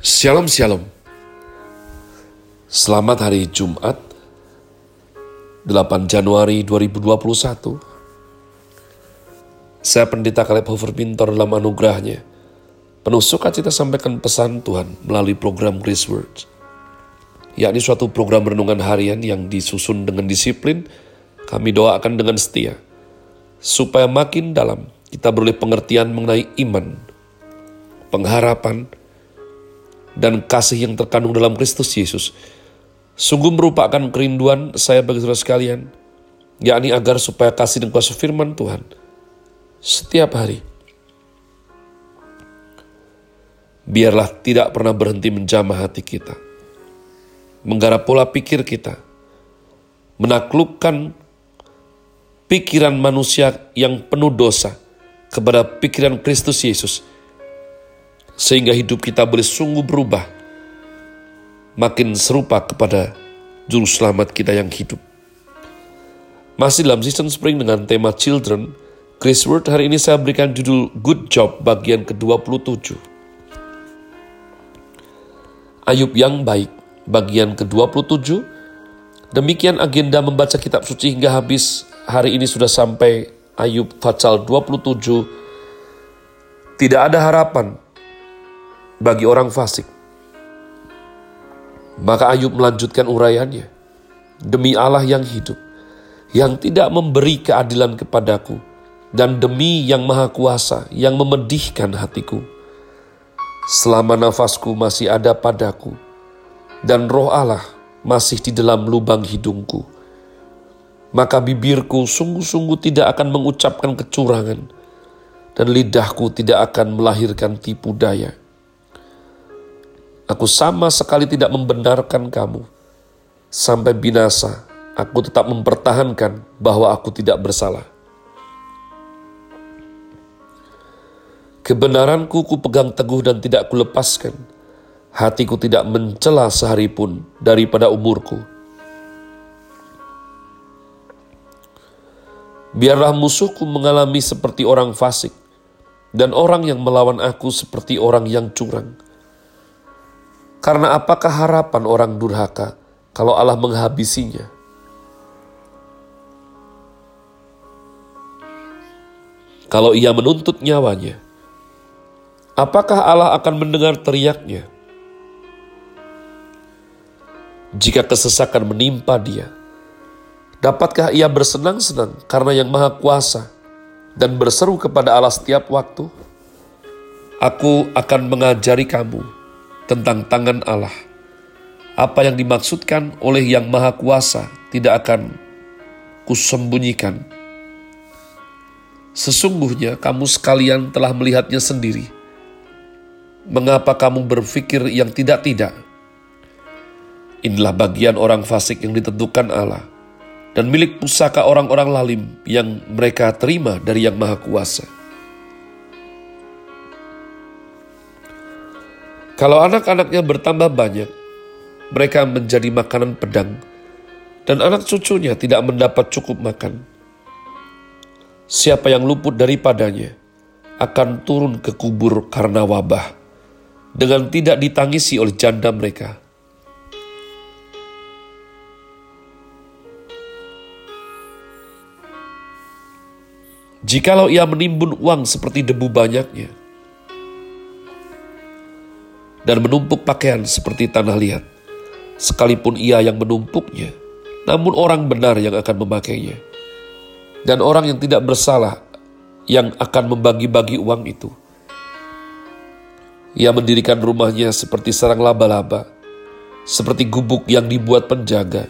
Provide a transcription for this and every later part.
Shalom Shalom. Selamat hari Jumat 8 Januari 2021. Saya Pendeta Caleb Hofer Pintor dalam anugerahnya penuh sukacita sampaikan pesan Tuhan melalui program Grace Words, yakni suatu program renungan harian yang disusun dengan disiplin. Kami doakan dengan setia supaya makin dalam kita beroleh pengertian mengenai iman, pengharapan, dan kasih yang terkandung dalam Kristus Yesus. Sungguh merupakan kerinduan saya bagi saudara sekalian, yakni agar supaya kasih dan kuasa firman Tuhan setiap hari biarlah tidak pernah berhenti menjamah hati kita, menggarap pola pikir kita, menaklukkan pikiran manusia yang penuh dosa kepada pikiran Kristus Yesus, sehingga hidup kita boleh sungguh berubah, makin serupa kepada Juru Selamat kita yang hidup. Masih dalam season spring dengan tema Children, Grace Word hari ini saya berikan judul Good Job bagian ke-27. Ayub yang baik bagian ke-27. Demikian agenda membaca kitab suci hingga habis. Hari ini sudah sampai Ayub pasal 27. Tidak ada harapan bagi orang fasik. Maka Ayub melanjutkan uraiannya. Demi Allah yang hidup, yang tidak memberi keadilan kepadaku, dan demi yang maha kuasa, yang memedihkan hatiku, selama nafasku masih ada padaku, dan roh Allah masih di dalam lubang hidungku, maka bibirku sungguh-sungguh tidak akan mengucapkan kecurangan, dan lidahku tidak akan melahirkan tipu daya. Aku sama sekali tidak membenarkan kamu. Sampai binasa, aku tetap mempertahankan bahwa aku tidak bersalah. Kebenaranku kupegang teguh dan tidak kulepaskan. Hatiku tidak mencela sehari pun daripada umurku. Biarlah musuhku mengalami seperti orang fasik, dan orang yang melawan aku seperti orang yang curang. Karena apakah harapan orang durhaka kalau Allah menghabisinya? Kalau ia menuntut nyawanya, apakah Allah akan mendengar teriaknya? Jika kesesakan menimpa dia, dapatkah ia bersenang-senang karena yang maha kuasa dan berseru kepada Allah setiap waktu? Aku akan mengajari kamu tentang tangan Allah. Apa yang dimaksudkan oleh yang maha kuasa tidak akan kusembunyikan. Sesungguhnya kamu sekalian telah melihatnya sendiri. Mengapa kamu berpikir yang tidak-tidak? Inilah bagian orang fasik yang ditentukan Allah, dan milik pusaka orang-orang lalim yang mereka terima dari yang maha kuasa. Kalau anak-anaknya bertambah banyak, mereka menjadi makanan pedang, dan anak cucunya tidak mendapat cukup makan. Siapa yang luput daripadanya akan turun ke kubur karena wabah, dengan tidak ditangisi oleh janda mereka. Jikalau ia menimbun uang seperti debu banyaknya, dan menumpuk pakaian seperti tanah liat, sekalipun ia yang menumpuknya, namun orang benar yang akan memakainya, dan orang yang tidak bersalah yang akan membagi-bagi uang itu. Ia mendirikan rumahnya seperti sarang laba-laba, seperti gubuk yang dibuat penjaga.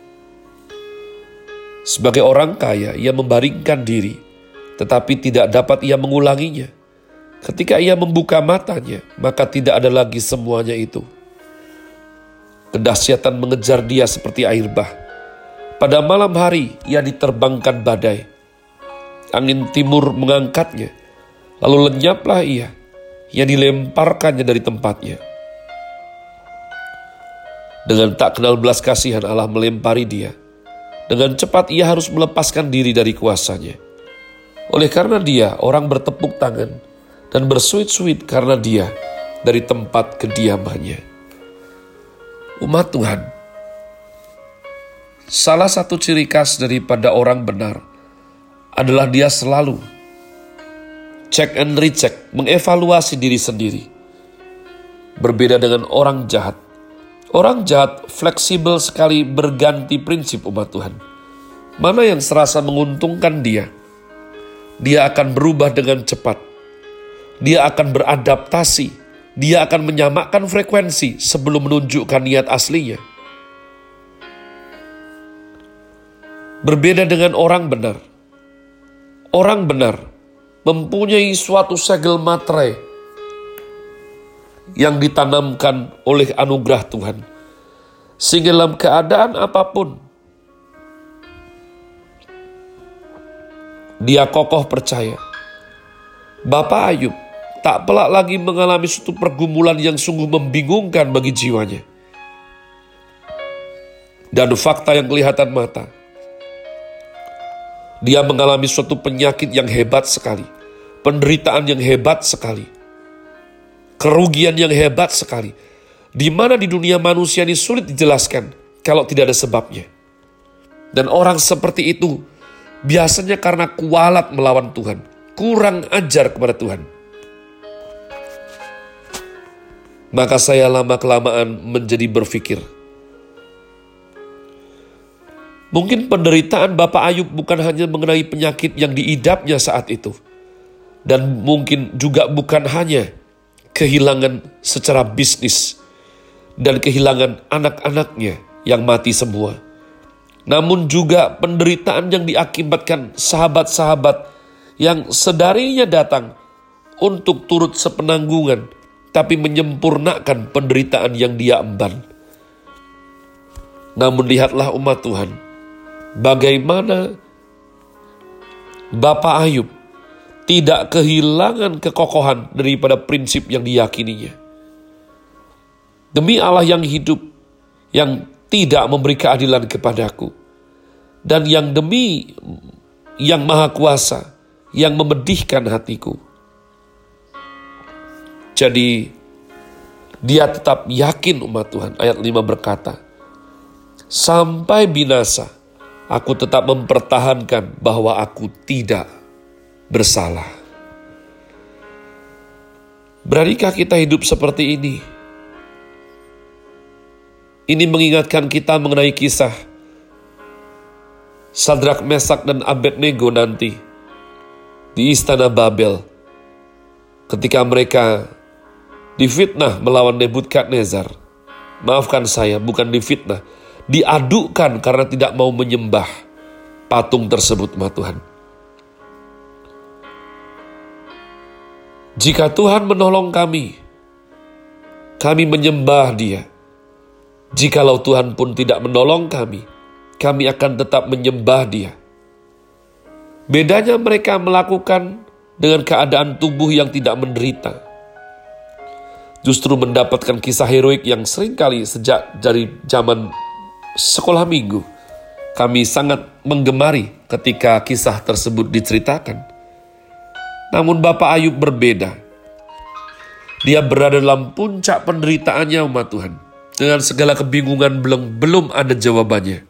Sebagai orang kaya, ia membaringkan diri, tetapi tidak dapat ia mengulanginya. Ketika ia membuka matanya, maka tidak ada lagi semuanya itu. Kedahsyatan mengejar dia seperti air bah. Pada malam hari ia diterbangkan badai. Angin timur mengangkatnya, lalu lenyaplah ia. Ia dilemparkannya dari tempatnya. Dengan tak kenal belas kasihan Allah melempari dia. Dengan cepat ia harus melepaskan diri dari kuasanya. Oleh karena dia, orang bertepuk tangan dan bersuit-suit karena dia, dari tempat kediamannya. Umat Tuhan, salah satu ciri khas daripada orang benar adalah dia selalu check and recheck, mengevaluasi diri sendiri. Berbeda dengan orang jahat. Orang jahat fleksibel sekali berganti prinsip umat Tuhan. Mana yang serasa menguntungkan dia akan berubah dengan cepat. Dia akan beradaptasi. Dia akan menyamakan frekuensi sebelum menunjukkan niat aslinya. Berbeda dengan orang benar. Orang benar mempunyai suatu segel materai yang ditanamkan oleh anugerah Tuhan. Sehingga dalam keadaan apapun, dia kokoh percaya. Bapak Ayub tak pelak lagi mengalami suatu pergumulan yang sungguh membingungkan bagi jiwanya. Dan fakta yang kelihatan mata, dia mengalami suatu penyakit yang hebat sekali, penderitaan yang hebat sekali, kerugian yang hebat sekali, di mana di dunia manusia ini sulit dijelaskan kalau tidak ada sebabnya. Dan orang seperti itu biasanya karena kualat melawan Tuhan, kurang ajar kepada Tuhan. Maka saya lama-kelamaan menjadi berpikir, mungkin penderitaan Bapak Ayub bukan hanya mengenai penyakit yang diidapnya saat itu. Dan mungkin juga bukan hanya kehilangan secara bisnis dan kehilangan anak-anaknya yang mati semua. Namun juga penderitaan yang diakibatkan sahabat-sahabat yang sedarinya datang untuk turut sepenanggungan, tapi menyempurnakan penderitaan yang dia emban. Namun lihatlah umat Tuhan, bagaimana Bapak Ayub tidak kehilangan kekokohan daripada prinsip yang diyakininya. Demi Allah yang hidup, yang tidak memberi keadilan kepadaku, dan yang demi yang maha kuasa, yang memedihkan hatiku. Jadi, dia tetap yakin umat Tuhan. Ayat 5 berkata, sampai binasa, aku tetap mempertahankan bahwa aku tidak bersalah. Beranikah kita hidup seperti ini? Ini mengingatkan kita mengenai kisah Sadrak, Mesak, dan Abednego nanti di Istana Babel. Ketika mereka difitnah melawan Nebukadnezar. Maafkan saya, bukan difitnah. Diadukan karena tidak mau menyembah patung tersebut, umat Tuhan. Jika Tuhan menolong kami menyembah Dia. Jikalau Tuhan pun tidak menolong kami akan tetap menyembah Dia. Bedanya mereka melakukan dengan keadaan tubuh yang tidak menderita. Justru mendapatkan kisah heroik yang seringkali sejak dari zaman sekolah minggu. Kami sangat menggemari ketika kisah tersebut diceritakan. Namun Bapak Ayub berbeda. Dia berada dalam puncak penderitaannya, umat Tuhan. Dengan segala kebingungan belum ada jawabannya.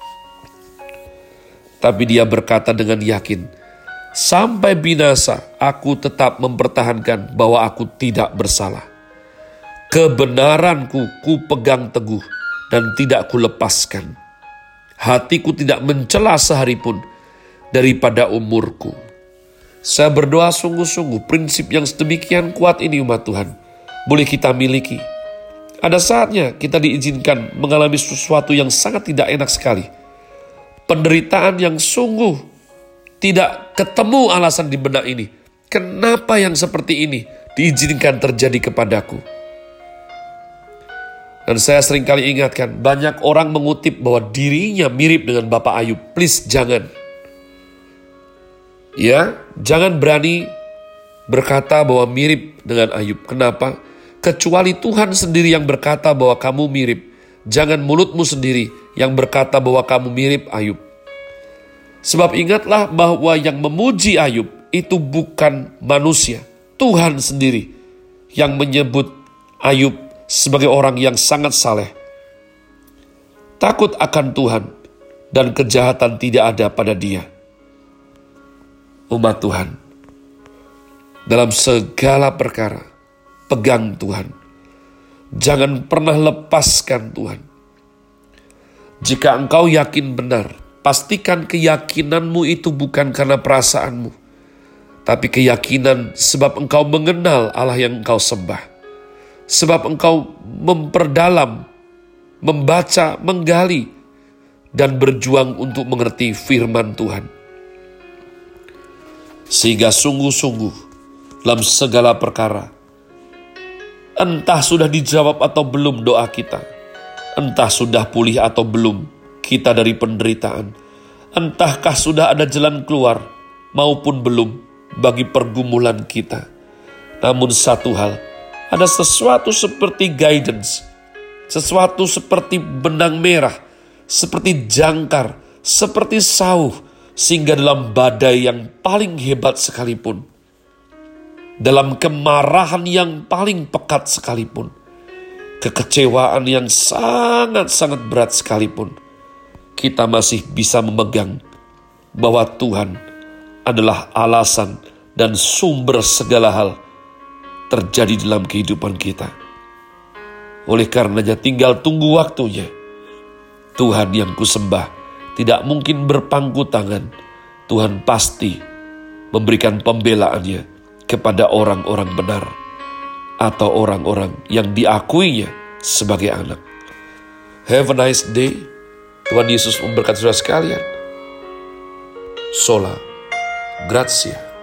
Tapi dia berkata dengan yakin, sampai binasa aku tetap mempertahankan bahwa aku tidak bersalah. Kebenaranku ku pegang teguh dan tidak ku lepaskan. Hatiku tidak mencela sehari pun daripada umurku. Saya berdoa sungguh-sungguh prinsip yang sedemikian kuat ini, umat Tuhan, boleh kita miliki. Ada saatnya kita diizinkan mengalami sesuatu yang sangat tidak enak sekali. Penderitaan yang sungguh tidak ketemu alasan di benak ini. Kenapa yang seperti ini diizinkan terjadi kepadaku? Dan saya seringkali ingatkan, banyak orang mengutip bahwa dirinya mirip dengan Bapak Ayub. Please jangan. Ya, jangan berani berkata bahwa mirip dengan Ayub. Kenapa? Kecuali Tuhan sendiri yang berkata bahwa kamu mirip. Jangan mulutmu sendiri yang berkata bahwa kamu mirip Ayub. Sebab ingatlah bahwa yang memuji Ayub itu bukan manusia. Tuhan sendiri yang menyebut Ayub sebagai orang yang sangat saleh, takut akan Tuhan, dan kejahatan tidak ada pada dia. Umat Tuhan, dalam segala perkara, pegang Tuhan. Jangan pernah lepaskan Tuhan. Jika engkau yakin benar, pastikan keyakinanmu itu bukan karena perasaanmu, tapi keyakinan sebab engkau mengenal Allah yang engkau sembah. Sebab engkau memperdalam, membaca, menggali, dan berjuang untuk mengerti firman Tuhan. Sehingga sungguh-sungguh dalam segala perkara, entah sudah dijawab atau belum doa kita, entah sudah pulih atau belum kita dari penderitaan, entahkah sudah ada jalan keluar maupun belum bagi pergumulan kita. Namun satu hal, ada sesuatu seperti guidance, sesuatu seperti benang merah, seperti jangkar, seperti sauh, sehingga dalam badai yang paling hebat sekalipun, dalam kemarahan yang paling pekat sekalipun, kekecewaan yang sangat-sangat berat sekalipun, kita masih bisa memegang bahwa Tuhan adalah alasan dan sumber segala hal terjadi dalam kehidupan kita. Oleh karenanya tinggal tunggu waktunya. Tuhan yang kusembah tidak mungkin berpangku tangan. Tuhan pasti memberikan pembelaannya kepada orang-orang benar atau orang-orang yang diakuinya sebagai anak. Have a nice day. Tuhan Yesus memberkati saudara sekalian. Sola Gracia.